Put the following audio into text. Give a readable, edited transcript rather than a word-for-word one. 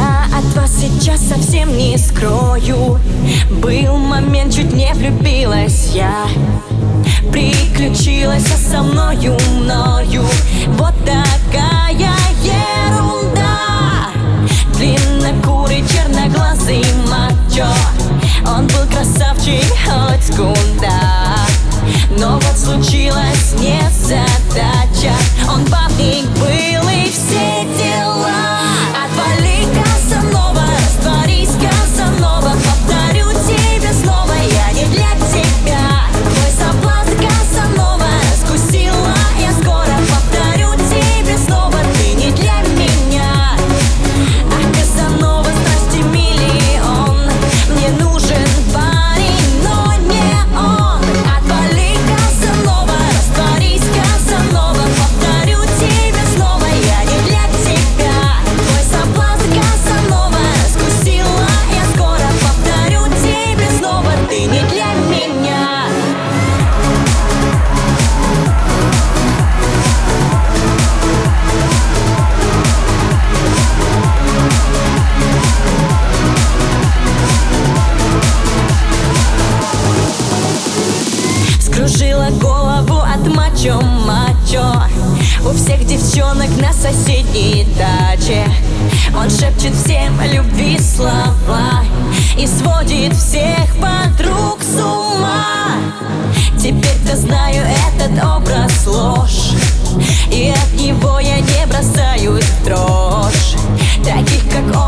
Я от вас сейчас совсем не скрою. Был момент, чуть не влюбилась я. Приключилась со мною. Вот такая ерунда. Длиннокурый, черноглазый мачо. Он был красавчик, хоть куда. Но вот случилась незадача. Он бабник был и все дела. Отвали, Казанова, растворись, Казанова. Повторю тебе снова, я не для тебя. Твой соблазн, Казанова, раскусила я скоро. Повторю тебе снова, ты не для меня. А Казанова, страсти миллион. Мне нужен парень, но не он. Отвали, Казанова, растворись, Казанова. Повторю тебе снова, я не для тебя. Твой соблазн, Казанова, раскусила я скоро. Повторю тебе снова, ты не для меня. Скружила голову от мачо. У всех девчонок на соседней даче. Он шепчет всем любви слова и сводит всех подруг с ума. Теперь-то знаю, этот образ ложь, и от него я не бросаюсь в дрожь. Таких, как